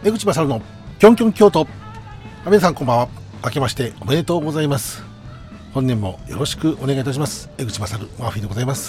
江口勝のキョンキョン京都。皆さんこんばんは。明けましておめでとうございます。本年もよろしくお願いいたします。江口勝マーフィーでございます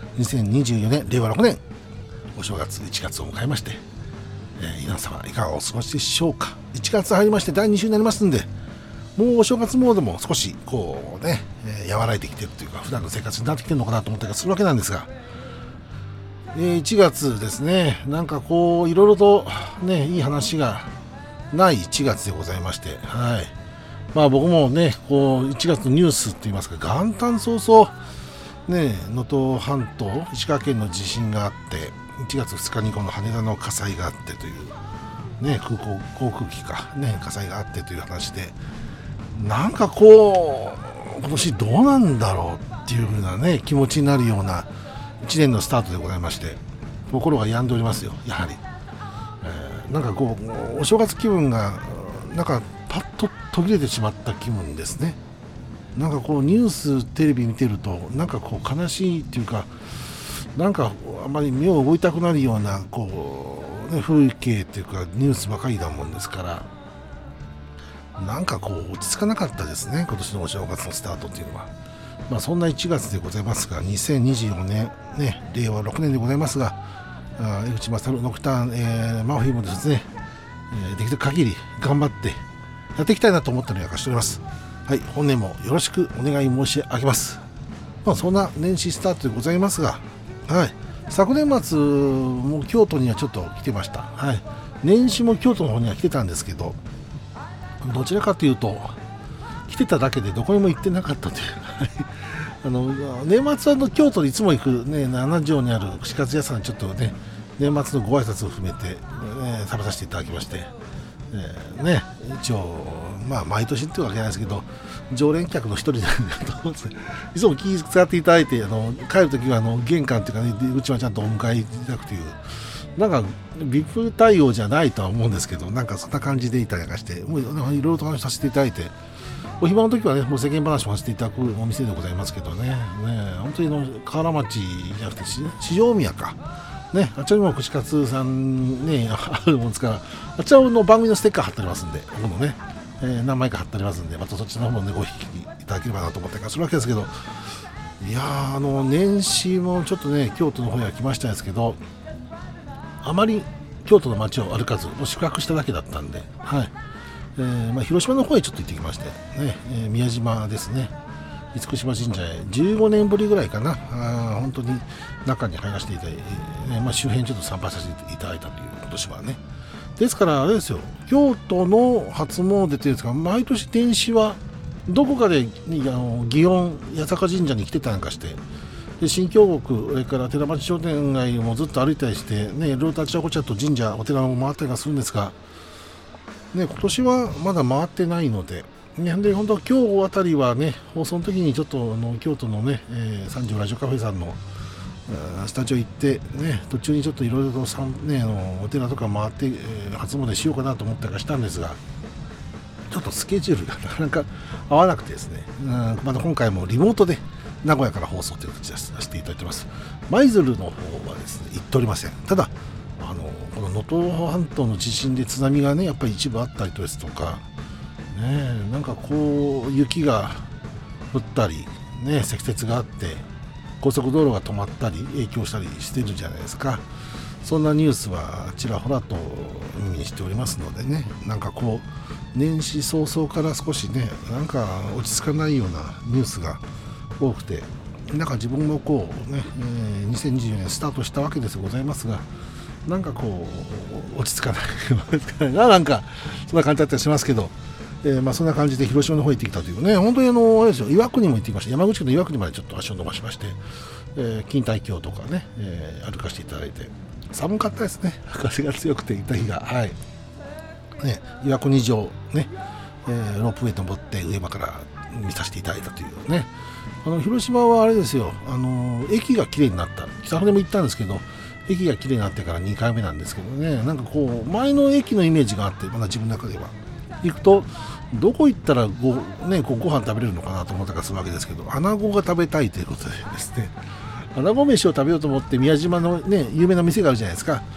。2024年令和6年お正月1月を迎えまして、皆様いかがお過ごしでしょうか。1月入りまして第2週になりますんで、もうお正月モードも少しこうね、和らいできているというか、普段の生活になってきてるのかなと思ったりするわけなんですが、1月ですね、なんかこういろいろとね、いい話がない1月でございまして、はい。まあ僕もね、こう1月のニュースって言いますか、元旦早々ね、能登半島、石川県の地震があって、1月2日にこの羽田の火災があってというね、航空機かね、火災があってという話で、なんかこう今年どうなんだろうっていう風なね気持ちになるような1年のスタートでございまして、心が病んでおりますよ、やはり。なんかこうお正月気分がなんかパッと途切れてしまった気分ですね。なんかこうニューステレビ見てるとなんかこう悲しいっていうか、なんかあまり目を動いたくなるようなこう、ね、風景っていうかニュースばかりだもんですから、なんかこう落ち着かなかったですね、今年のお正月のスタートっていうのは。まあそんな1月でございますが、2024年ね、令和6年でございますが、江口勝ノクターン、マーフィーもですね、できる限り頑張ってやっていきたいなと思ったのを明かしております。はい、本年もよろしくお願い申し上げます。まあそんな年始スタートでございますが、はい、昨年末も京都にはちょっと来てました。はい、年始も京都の方には来てたんですけど、どちらかというと来てただけでどこにも行ってなかったという年末は京都でいつも行く、ね、七条にある串カツ屋さんにちょっとね、年末のご挨拶を含めて、食べさせていただきまして、ね、一応、まあ、毎年っていうわけじゃないですけど、常連客の一人だと思うんですね。いつも気遣っていただいて、帰るときは玄関というかね、うちはちゃんとお迎えいただくという、なんかビップ対応じゃないとは思うんですけど、なんかそんな感じでいただきまして、もういろいろと話させていただいて、お暇の時はね、もう世間話もさせていただくお店でございますけどね、本当に河原町じゃなくて四条宮か、ね、あちらにも串カツさんね、あるもんですから、あちらの番組のステッカー貼ってありますんで、僕のね、何枚か貼ってありますんで、またそっちの方もね、ご引きいただければなと思ってからするわけですけど、いやー、年始もちょっとね、京都の方には来ましたですけど、あまり京都の街を歩かず、もう宿泊しただけだったんで、はい。まあ、広島の方へちょっと行ってきまして、ね、宮島ですね、厳島神社へ15年ぶりぐらいかな、本当に中に入らせていただいて、まあ、周辺ちょっと参拝させていただいたという今年はね。ですからあれですよ、京都の初詣というんですか、毎年年始はどこかで祇園八坂神社に来てたなんかして、で新京極、それから寺町商店街もずっと歩いたりしてね、いろいろとあちらこちらと神社お寺も回ったりはするんですが、ね、今年はまだ回ってないので、で本当今日あたりはね、放送の時にちょっと京都のね、三条ラジオカフェさんのスタジオ行って、ね、途中にちょっといろいろとね、お寺とか回って、初詣しようかなと思ったりしたんですが、ちょっとスケジュールがなかなか合わなくてですね、また今回もリモートで名古屋から放送という形でさせていただいてます。舞鶴の方はですね、行っておりません。ただこの能登半島の地震で津波がね、やっぱり一部あったりですとか、ね、なんかこう雪が降ったり、ね、積雪があって高速道路が止まったり影響したりしてるじゃないですか。そんなニュースはちらほらと耳にしておりますのでね、なんかこう年始早々から少しね、なんか落ち着かないようなニュースが多くて、なんか自分もこうね、2024年スタートしたわけですございますが、なんかこう落ち着かないなんかそんな感じだったりしますけど、まあそんな感じで広島の方に行ってきたというね、本当にあれですよ、岩国も行ってきました。山口県の岩国までちょっと足を伸ばしまして、錦帯橋とかね、歩かせていただいて、寒かったですね、風が強くていた日が、はいね、岩国城ね、ロープウェイ登って上間から見させていただいたというね。広島はあれですよ、駅が綺麗になった、昨年も行ったんですけど、駅が綺麗になってから2回目なんですけどね、なんかこう前の駅のイメージがあって、まだ自分の中では行くとどこ行ったらこうご飯食べれるのかなと思ったりするわけですけど、穴子が食べたいということでですね、穴子飯を食べようと思って宮島のね有名な店があるじゃないですか。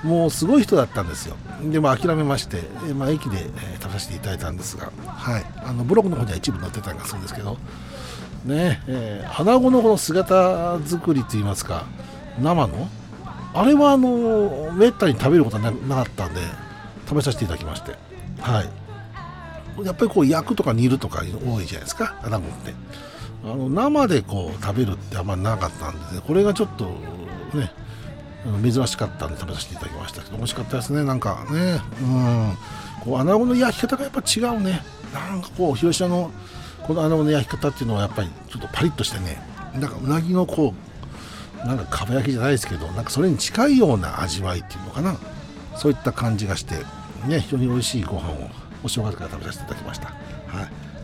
もうすごい人だったんですよ。で諦めまして、駅で、食べさせていただいたんですが、はい、ブログの方には一部載ってたりがするんですけどね、穴子のこの姿作りといいますか、生のあれはめったに食べることはなかったんで食べさせていただきまして、はい、やっぱりこう焼くとか煮るとか多いじゃないですか、穴子って。生でこう食べるってあんまりなかったんで、ね、これがちょっとね珍しかったんで食べさせていただきましたけど、美味しかったですね。なんかね、こう穴子の焼き方がやっぱ違うね。なんかこう広島のこの穴子の焼き方っていうのはやっぱりちょっとパリッとしてね、なんかうなぎのこうなんかかば焼きじゃないですけど、なんかそれに近いような味わいっていうのかな、そういった感じがしてね、非常に美味しいご飯をお正月から食べさせていただきました。はい、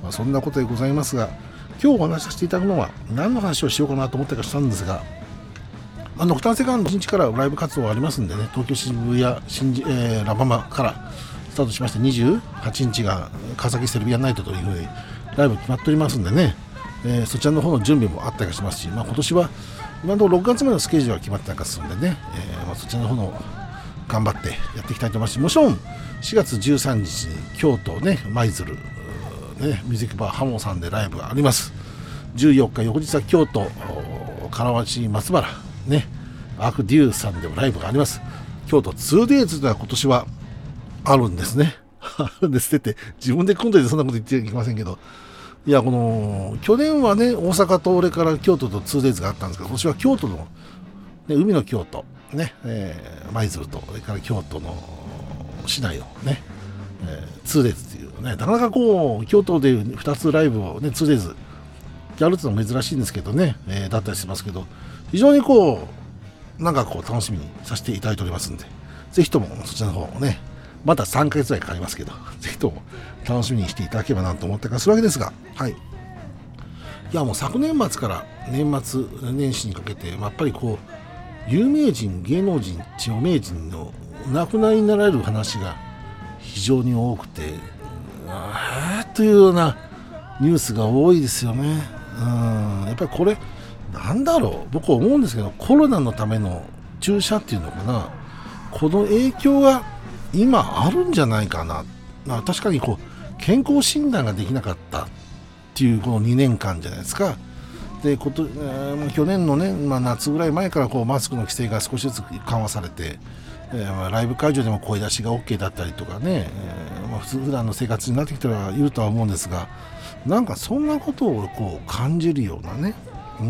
そんなことでございますが、今日お話しさせていただくのは何の話をしようかなと思ったりしたんですが、ノクターンセカンド1日からライブ活動がありますんでね、東京渋谷ラバマからスタートしまして、28日が川崎セルビアンナイトというふうにライブ決まっておりますんでね、そちらの方の準備もあったりしますし、今年は今のところ6月までのスケジュールが決まってなんかするんでね、そちらの方の頑張ってやっていきたいと思いますし、もちろん4月13日に京都ね舞鶴ねミュージックバーハモさんでライブがあります。14日翌日は京都金町松原ねアークデューさんでもライブがあります。京都 2days では今年はあるんですねあるんですって自分で今度でそんなこと言っていきませんけど、いやこの去年はね大阪と俺から京都と 2days があったんですけど、今年は京都の、ね、海の京都ね、舞鶴とそれから京都の市内をね、2days っていうね、なかなかこう京都で2つライブをね 2days やるっていうのは珍しいんですけどね、だったりしますけど、非常にこうなんかこう楽しみにさせていただいておりますんで、ぜひともそちらの方をね、まだ3ヶ月ぐらいかかりますけど、ぜひとも楽しみにしていただければなと思ってからするわけですが、はい、いやもう昨年末から年末年始にかけて、やっぱりこう有名人芸能人著名人の亡くなりになられる話が非常に多くて、というようなニュースが多いですよね。やっぱりこれなんだろう、僕は思うんですけど、コロナのための注射っていうのかな、この影響が今あるんじゃないかな。確かにこう健康診断ができなかったっていうこの2年間じゃないですか。で去年のね、夏ぐらい前からこうマスクの規制が少しずつ緩和されて、ライブ会場でも声出しが OK だったりとかね、普段の生活になってきてはいるとは思うんですが、なんかそんなことをこう感じるようなね、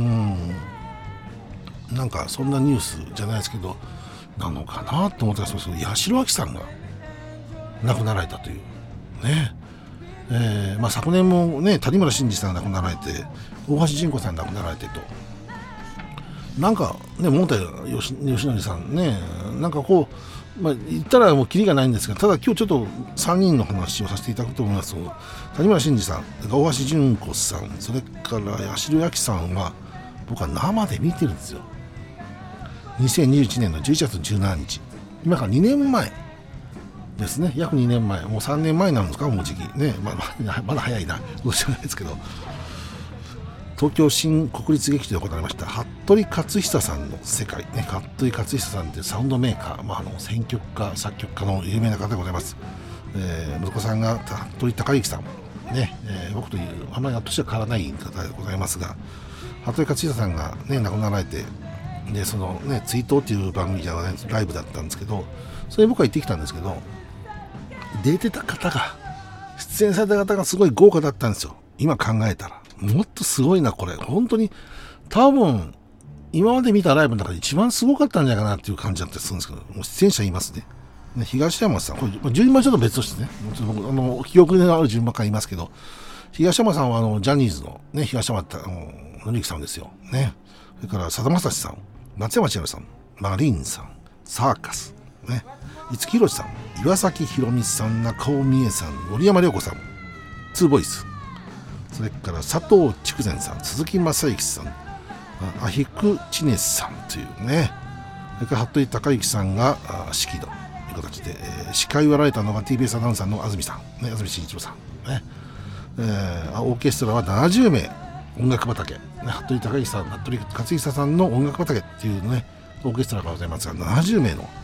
なんかそんなニュースじゃないですけどなのかなと思ったら、そう八代亜紀さんが亡くなられたというね、昨年もね谷村新司さんが亡くなられて、大橋純子さんが亡くなられてと、なんかね桃田義則さんね、なんかこう言ったらもうキリがないんですが、ただ今日ちょっと3人の話をさせていただくと思いますと、谷村新司さん、大橋純子さん、それから八代亜紀さんは僕は生で見てるんですよ。2021年の11月17日、今から2年前ですね、約2年前、もう3年前なんですか、もう時期ね、まだ早いな、どうしようもないですけど、東京新国立劇場で行われました服部克久さんの世界、ね、服部克久さんというサウンドメーカー、選曲家作曲家の有名な方でございます。息子さんが服部孝之さん、ね、僕というあまり年は変わらない方でございますが、服部克久さんが、ね、亡くなられて、でそのね追悼という番組じゃないライブだったんですけど、それ僕は行ってきたんですけど、出てた方が出演された方がすごい豪華だったんですよ。今考えたらもっとすごいな、これ本当に多分今まで見たライブの中で一番すごかったんじゃないかなっていう感じだったりするんですけど、もう出演者いますね。東山さん、これ順番ちょっと別としてね、記憶のある順番から言いますけど、東山さんはジャニーズの、ね、東山紀之さんですよ、ね、それからさだまさしさん、松山千春さん、マリンさん、サーカス、ね、五木ひろしさん、岩崎宏美さん、中尾美恵さん、森山良子さん、ツーボイス、それから佐藤筑前さん、鈴木雅之さん、アヒクチネスさんというね、それから服部孝之さんが指揮という形で、司会をやられたのが TBS アナウンサーの安住さん、ね、安住紳一郎さん、ね、オーケストラは70名、音楽畑、ね、服部孝之さん、服部克久さんの音楽畑っていうねオーケストラがございますが、70名の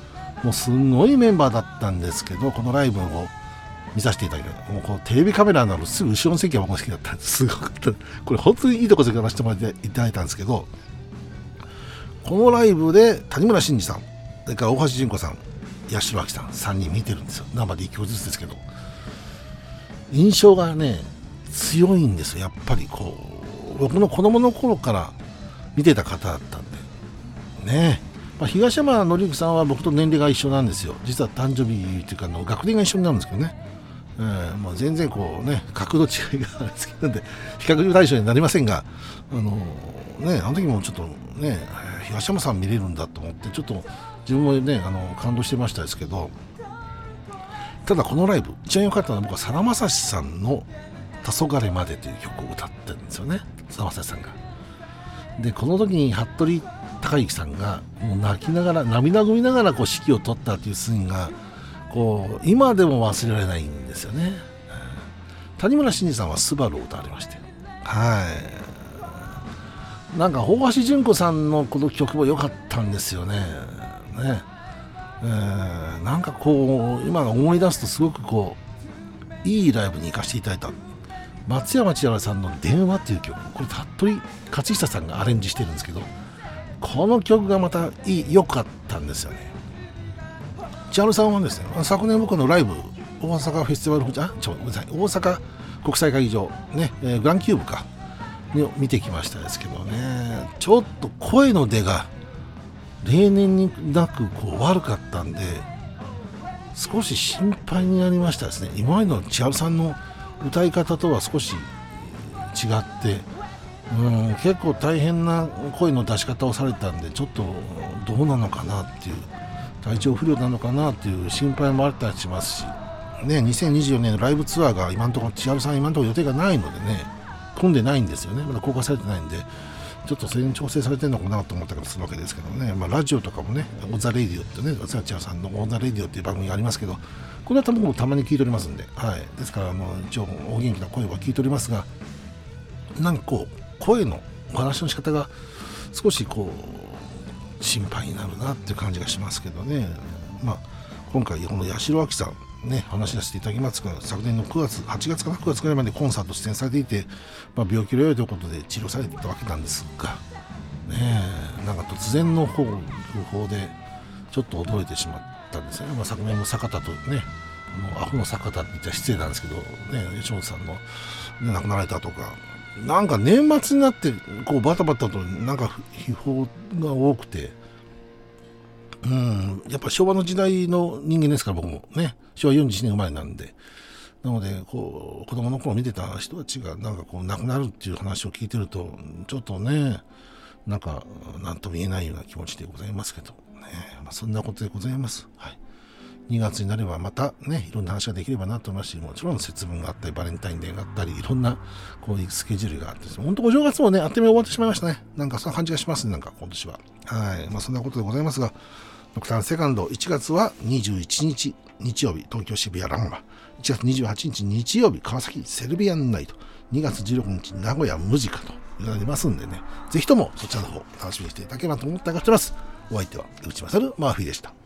もうすごいメンバーだったんですけど、このライブを見させていただいて、もうこうテレビカメラのすぐ後ろの席が僕好きだったんです。すごかった。これ本当にいいところでやらせてもらっていただいたんですけど、このライブで谷村新司さん、それから大橋純子さん、八代亜紀さん3人見てるんですよ。生で1曲ずつですけど、印象がね強いんですよ。やっぱりこう僕の子供の頃から見てた方だったんでね。東山紀之さんは僕と年齢が一緒なんですよ。実は誕生日というか学年が一緒になるんですけどね、全然こうね角度違いがあるんですけど、で比較対象になりませんが、あの時もちょっとね東山さん見れるんだと思ってちょっと自分もね感動してましたですけど、ただこのライブ一番良かったのは僕はさだまさしさんの「黄昏まで」という曲を歌ってるんですよね、さだまさしさんが。でこの時に服部孝之さんがもう泣きながら涙ぐみながらこう指揮を取ったというシーンがこう今でも忘れられないんですよね。谷村新司さんはスバルを歌われまして、なんか大橋純子さんのこの曲も良かったんですよね。なんかこう今思い出すとすごくこういいライブに行かせていただいた松山千春さんの電話っていう曲、これ服部克久さんがアレンジしてるんですけど、この曲がまた良かったんですよね。千春さんはですね、昨年僕のライブ大阪フェスティバルごめんなさい、大阪国際会議場ね、グランキューブかを見てきましたですけどね、ちょっと声の出が例年になくこう悪かったんで少し心配になりましたですね。今までの千春さんの歌い方とは少し違って結構大変な声の出し方をされたんで、ちょっとどうなのかなっていう、体調不良なのかなっていう心配もあったりしますしね。2024年のライブツアーが今のところ千春さん今のところ予定がないのでね、組んでないんですよね。まだ公開されてないんでちょっとそれに調整されてるのかなと思ったりするわけですけどね。ラジオとかもね、オーザレディオってね、松山千春さんのオーザレディオっていう番組がありますけど、これは僕もたまに聞いておりますんで、ですから一応お元気な声は聞いておりますが、なんかこう声のお話の仕方が少しこう心配になるなっていう感じがしますけどね。今回この八代亜紀さんね話し出していただきますが、昨年の8月かな9月ぐらいまでコンサート出演されていて、病気療養ということで治療されていたわけなんですがなんか突然の訃報でちょっと驚いてしまったんですよね。昨年も坂田とねアホの坂田って言ったら失礼なんですけどね、吉本さんの、亡くなられたとか、なんか年末になってこうバタバタとなんか訃報が多くて、やっぱ昭和の時代の人間ですから僕もね、昭和41年生まれなんで、なのでこう子供の頃見てた人たちがなんかこう亡くなるっていう話を聞いてるとちょっとねなんか何とも言えないような気持ちでございますけどね。そんなことでございます。2月になればまたねいろんな話ができればなと思いますし、もちろん節分があったりバレンタインデーがあったりいろんなこういうスケジュールがあって、本当お正月もねあっという間に終わってしまいましたね。なんかそんな感じがしますね、なんか今年は。そんなことでございますが、ドクターセカンド1月は21日日曜日東京渋谷ランマ、1月28日日曜日川崎セルビアンナイト、2月16日名古屋ムジカと言われますんでね、ぜひともそちらの方楽しみにしていただければと思っております。お相手は江口勝マーフィーでした。